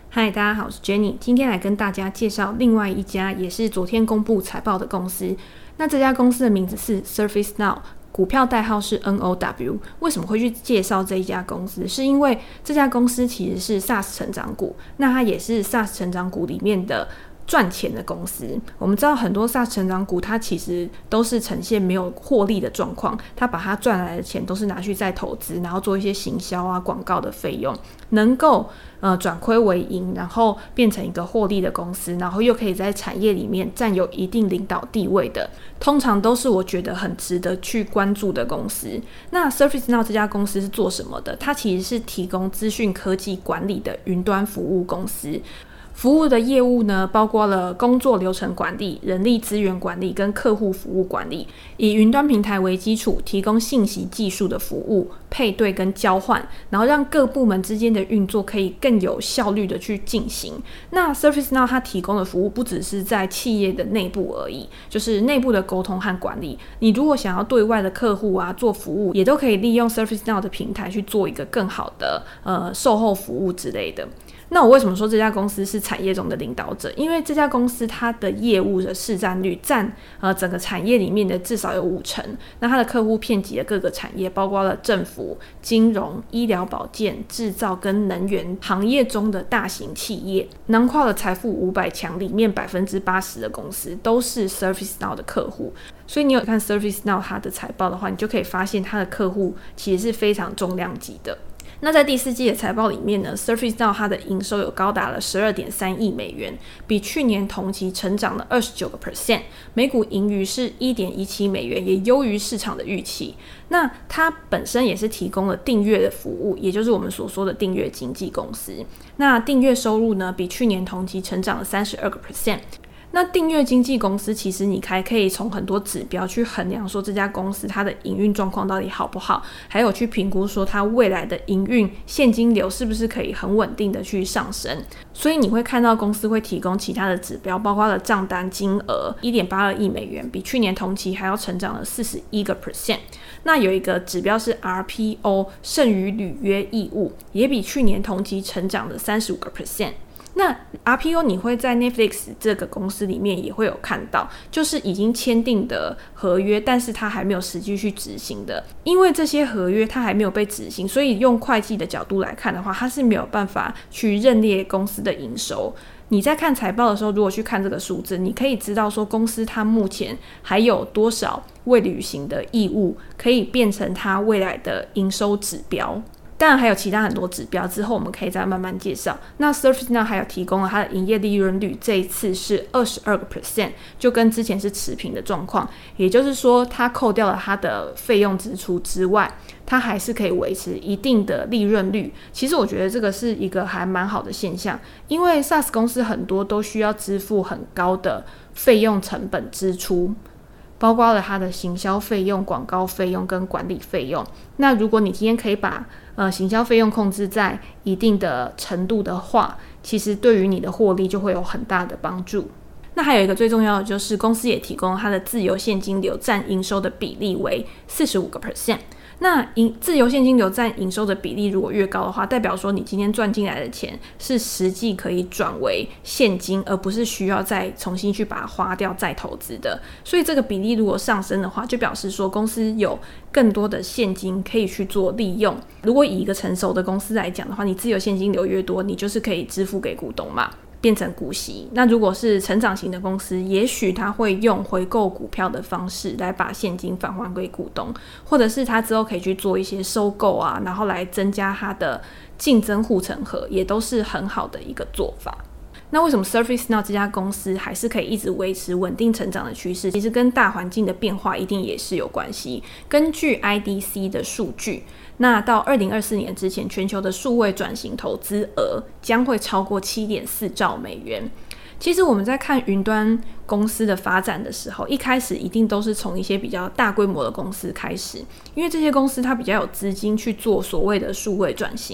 嗨，大家好，我是 Jenny， 今天来跟大家介绍另外一家也是昨天公布财报的公司。那这家公司的名字是 ServiceNow， 股票代号是 NOW。为什么会去介绍这一家公司？是因为这家公司其实是 SaaS 成长股，那它也是 SaaS 成长股里面的赚钱的公司。我们知道很多 SaaS 成长股它其实都是呈现没有获利的状况，它把它赚来的钱都是拿去再投资，然后做一些行销啊广告的费用，能够转亏为盈，然后变成一个获利的公司，然后又可以在产业里面占有一定领导地位的，通常都是我觉得很值得去关注的公司。那 ServiceNow 这家公司是做什么的？它其实是提供资讯科技管理的云端服务公司。服务的业务呢，包括了工作流程管理、人力资源管理跟客户服务管理，以云端平台为基础，提供信息技术的服务、配对跟交换，然后让各部门之间的运作可以更有效率的去进行。那 ServiceNow 它提供的服务不只是在企业的内部而已，就是内部的沟通和管理。你如果想要对外的客户啊做服务，也都可以利用 ServiceNow 的平台去做一个更好的售后服务之类的。那我为什么说这家公司是产业中的领导者？因为这家公司它的业务的市占率占整个产业里面的至少有50%。那它的客户遍及了各个产业，包括了政府、金融、医疗保健、制造跟能源行业中的大型企业，囊括了财富500强里面80%的公司都是 ServiceNow 的客户。所以你有看 ServiceNow 它的财报的话，你就可以发现它的客户其实是非常重量级的。那在第4季的财报里面呢， ServiceNow 它的营收有高达了 12.3 亿美元，比去年同期成长了 29%， 每股盈余是 1.17 美元，也优于市场的预期。那它本身也是提供了订阅的服务，也就是我们所说的订阅经纪公司。那订阅收入呢，比去年同期成长了 32%。那订阅经纪公司其实你还可以从很多指标去衡量说这家公司它的营运状况到底好不好，还有去评估说它未来的营运现金流是不是可以很稳定的去上升。所以你会看到公司会提供其他的指标，包括了账单金额 1.82 亿美元，比去年同期还要成长了 41%。那有一个指标是 RPO 剩余履约义务，也比去年同期成长了 35%。那 RPO 你会在 Netflix 这个公司里面也会有看到，就是已经签订的合约，但是它还没有实际去执行的。因为这些合约它还没有被执行，所以用会计的角度来看的话，它是没有办法去认列公司的营收。你在看财报的时候，如果去看这个数字，你可以知道说公司它目前还有多少未履行的义务可以变成它未来的营收指标。当然还有其他很多指标，之后我们可以再慢慢介绍。那 ServiceNow 还有提供了它的营业利润率，这一次是 22%， 就跟之前是持平的状况。也就是说它扣掉了它的费用支出之外，它还是可以维持一定的利润率。其实我觉得这个是一个还蛮好的现象，因为 SaaS 公司很多都需要支付很高的费用成本支出，包括了它的行销费用、广告费用跟管理费用。那如果你今天可以把行销费用控制在一定的程度的话，其实对于你的获利就会有很大的帮助。那还有一个最重要的就是公司也提供它的自由现金流占营收的比例为 45%。那自由现金流占营收的比例如果越高的话，代表说你今天赚进来的钱是实际可以转为现金，而不是需要再重新去把它花掉再投资的。所以这个比例如果上升的话，就表示说公司有更多的现金可以去做利用。如果以一个成熟的公司来讲的话，你自由现金流越多，你就是可以支付给股东嘛，变成股息。那如果是成长型的公司，也许他会用回购股票的方式来把现金返还给股东，或者是他之后可以去做一些收购啊，然后来增加他的竞争护城河，也都是很好的一个做法。那为什么 ServiceNow 这家公司还是可以一直维持稳定成长的趋势？其实跟大环境的变化一定也是有关系。根据 IDC 的数据，那到2024年之前，全球的数位转型投资额将会超过 7.4 兆美元。其实我们在看云端公司的发展的时候，一开始一定都是从一些比较大规模的公司开始，因为这些公司它比较有资金去做所谓的数位转型。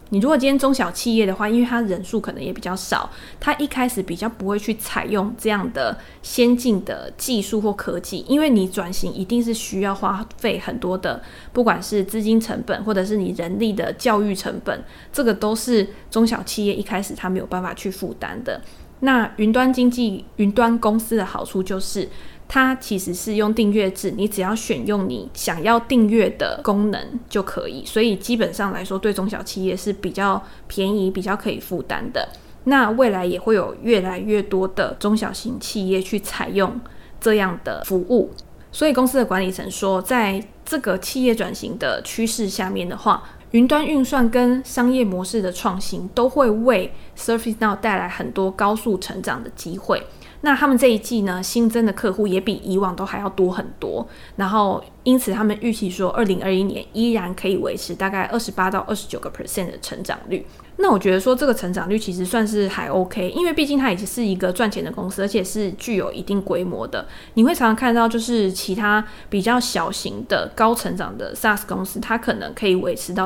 你如果今天中小企业的话，因为它人数可能也比较少，它一开始比较不会去采用这样的先进的技术或科技，因为你转型一定是需要花费很多的，不管是资金成本或者是你人力的教育成本，这个都是中小企业一开始它没有办法去负担的。那云端经济、云端公司的好处就是它其实是用订阅制，你只要选用你想要订阅的功能就可以，所以基本上来说对中小企业是比较便宜、比较可以负担的。那未来也会有越来越多的中小型企业去采用这样的服务，所以公司的管理层说，在这个企业转型的趋势下面的话，云端运算跟商业模式的创新都会为 ServiceNow 带来很多高速成长的机会。那他们这一季呢，新增的客户也比以往都还要多很多，然后因此他们预期说2021年依然可以维持大概28到29% 的成长率。那我觉得说这个成长率其实算是还 OK， 因为毕竟它已经是一个赚钱的公司，而且是具有一定规模的。你会常常看到就是其他比较小型的高成长的 SaaS 公司，它可能可以维持到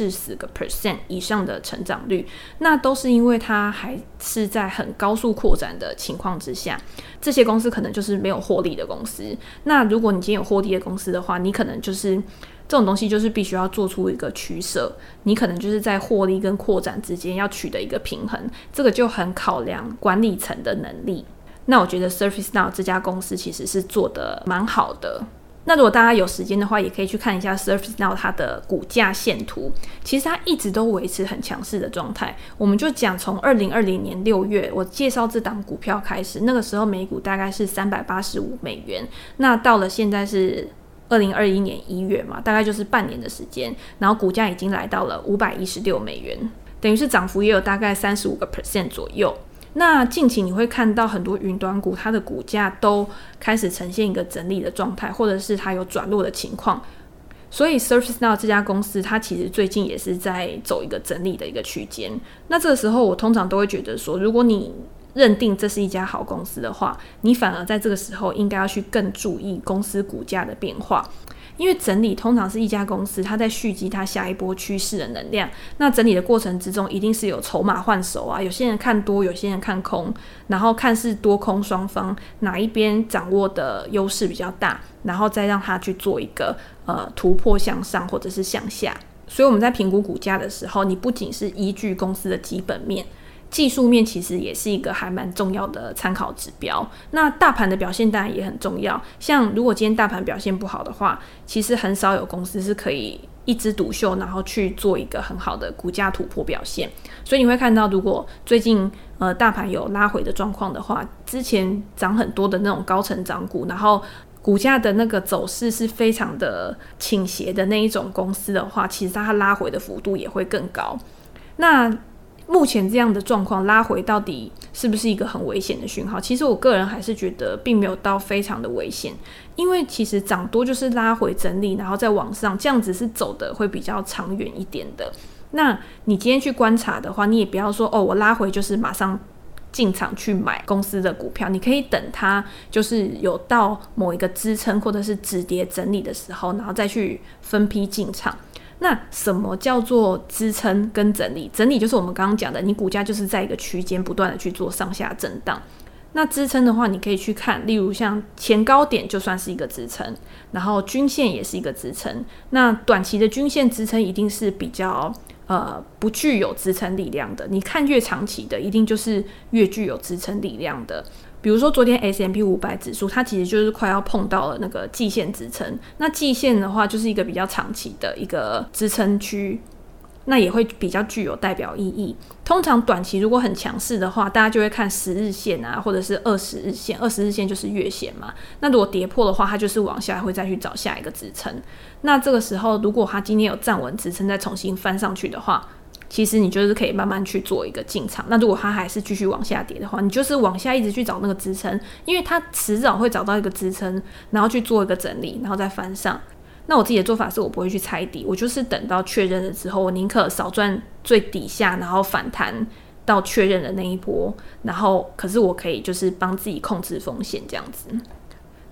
30-40% 以上的成长率，那都是因为它还是在很高速扩展的情况之下，这些公司可能就是没有获利的公司。那如果你今天有获利的公司的话，你可能就是这种东西就是必须要做出一个取舍，你可能就是在获利跟扩展之间要取得一个平衡，这个就很考量管理层的能力。那我觉得 ServiceNow 这家公司其实是做得蛮好的。那如果大家有时间的话，也可以去看一下 ServiceNow 它的股价线图，其实它一直都维持很强势的状态。我们就讲从2020年6月我介绍这档股票开始，那个时候每股大概是$385，那到了现在是2021年1月嘛，大概就是半年的时间，然后股价已经来到了$516，等于是涨幅也有大概35% 左右。那近期你会看到很多云端股，它的股价都开始呈现一个整理的状态，或者是它有转弱的情况。所以 ServiceNow 这家公司它其实最近也是在走一个整理的一个区间。那这个时候我通常都会觉得说，如果你认定这是一家好公司的话，你反而在这个时候应该要去更注意公司股价的变化。因为整理通常是一家公司它在蓄积它下一波趋势的能量，那整理的过程之中一定是有筹码换手啊，有些人看多，有些人看空，然后看是多空双方哪一边掌握的优势比较大，然后再让它去做一个突破向上或者是向下。所以我们在评估股价的时候，你不仅是依据公司的基本面，技术面其实也是一个还蛮重要的参考指标。那大盘的表现当然也很重要，像如果今天大盘表现不好的话，其实很少有公司是可以一枝独秀，然后去做一个很好的股价突破表现。所以你会看到，如果最近大盘有拉回的状况的话，之前涨很多的那种高成长股，然后股价的那个走势是非常的倾斜的那一种公司的话，其实它拉回的幅度也会更高。那目前这样的状况拉回到底是不是一个很危险的讯号？其实我个人还是觉得并没有到非常的危险，因为其实涨多就是拉回整理，然后再往上，这样子是走的会比较长远一点的。那你今天去观察的话，你也不要说我拉回就是马上进场去买公司的股票，你可以等它就是有到某一个支撑或者是止跌整理的时候，然后再去分批进场。那什么叫做支撑跟整理？整理就是我们刚刚讲的，你股价就是在一个区间不断的去做上下震荡。那支撑的话，你可以去看，例如像前高点就算是一个支撑，然后均线也是一个支撑。那短期的均线支撑一定是比较不具有支撑力量的，你看越长期的一定就是越具有支撑力量的。比如说昨天 S&P 500指数它其实就是快要碰到了那个季线支撑，那季线的话就是一个比较长期的一个支撑区，那也会比较具有代表意义。通常短期如果很强势的话，大家就会看10日线啊，或者是20日线，20日线就是月线嘛。那如果跌破的话，它就是往下会再去找下一个支撑。那这个时候如果它今天有站稳支撑再重新翻上去的话，其实你就是可以慢慢去做一个进场。那如果它还是继续往下跌的话，你就是往下一直去找那个支撑，因为它迟早会找到一个支撑，然后去做一个整理，然后再翻上。那我自己的做法是我不会去猜底，我就是等到确认了之后，我宁可少赚最底下，然后反弹到确认的那一波，然后可是我可以就是帮自己控制风险这样子。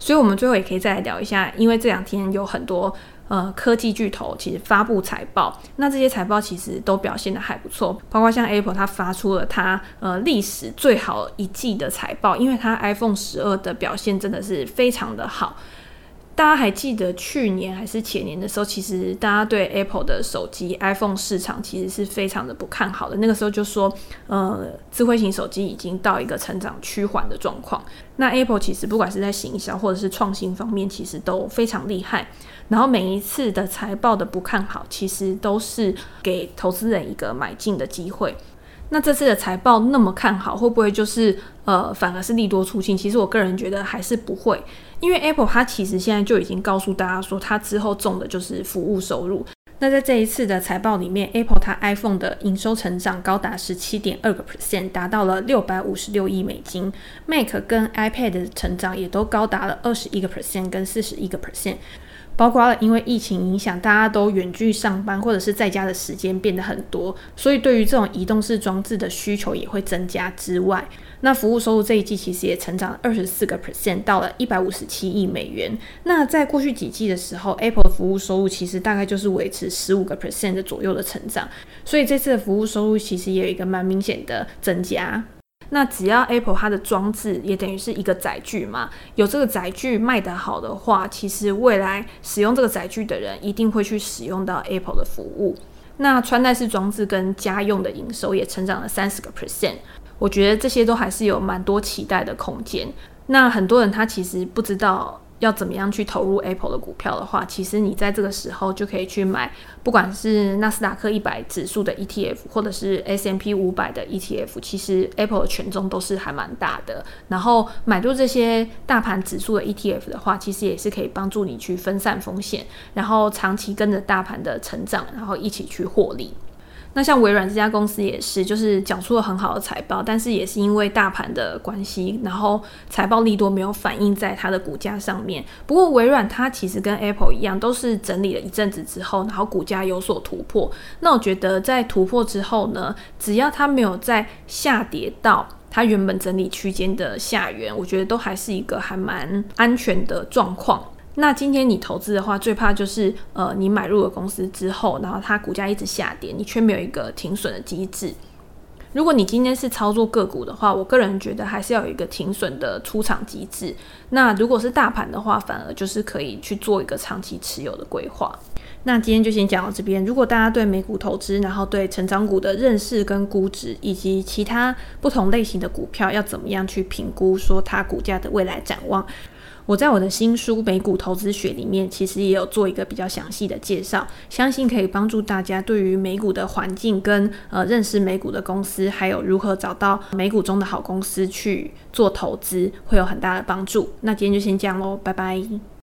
所以我们最后也可以再来聊一下，因为这2天有很多科技巨头其实发布财报，那这些财报其实都表现得还不错，包括像 Apple 它发出了它历史最好一季的财报，因为它 iPhone 12的表现真的是非常的好。大家还记得去年还是前年的时候，其实大家对 Apple 的手机 iPhone 市场其实是非常的不看好的，那个时候就说智慧型手机已经到一个成长趋缓的状况。那 Apple 其实不管是在行销或者是创新方面其实都非常厉害，然后每一次的财报的不看好其实都是给投资人一个买进的机会。那这次的财报那么看好，会不会就是反而是利多出尽？其实我个人觉得还是不会，因为 Apple 它其实现在就已经告诉大家说，它之后重的就是服务收入。那在这一次的财报里面 ，Apple 它 iPhone 的营收成长高达 17.2%， 达到了$656亿，Mac 跟 iPad 的成长也都高达了 21% 跟 41%。包括了因为疫情影响，大家都远距上班或者是在家的时间变得很多，所以对于这种移动式装置的需求也会增加之外，那服务收入这一季其实也成长了 24%， 到了$157亿。那在过去几季的时候 Apple 的服务收入其实大概就是维持 15% 的左右的成长，所以这次的服务收入其实也有一个蛮明显的增加。那只要 Apple 它的装置也等于是一个载具嘛，有这个载具卖得好的话，其实未来使用这个载具的人一定会去使用到 Apple 的服务。那穿戴式装置跟家用的营收也成长了 30%， 我觉得这些都还是有蛮多期待的空间。那很多人他其实不知道要怎么样去投入 Apple 的股票的话，其实你在这个时候就可以去买，不管是纳斯达克100指数的 ETF 或者是 S&P 500的 ETF， 其实 Apple 的权重都是还蛮大的，然后买入这些大盘指数的 ETF 的话，其实也是可以帮助你去分散风险，然后长期跟着大盘的成长，然后一起去获利。那像微软这家公司也是，就是缴出了很好的财报，但是也是因为大盘的关系，然后财报利多没有反映在它的股价上面。不过微软它其实跟 Apple 一样，都是整理了一阵子之后，然后股价有所突破。那我觉得在突破之后呢，只要它没有再下跌到它原本整理区间的下缘，我觉得都还是一个还蛮安全的状况。那今天你投资的话，最怕就是你买入了公司之后，然后它股价一直下跌，你却没有一个停损的机制。如果你今天是操作个股的话，我个人觉得还是要有一个停损的出场机制。那如果是大盘的话，反而就是可以去做一个长期持有的规划。那今天就先讲到这边。如果大家对美股投资，然后对成长股的认识跟估值，以及其他不同类型的股票要怎么样去评估说它股价的未来展望，我在我的新书《美股投资学》里面其实也有做一个比较详细的介绍，相信可以帮助大家对于美股的环境跟认识美股的公司，还有如何找到美股中的好公司去做投资，会有很大的帮助。那今天就先这样咯，拜拜。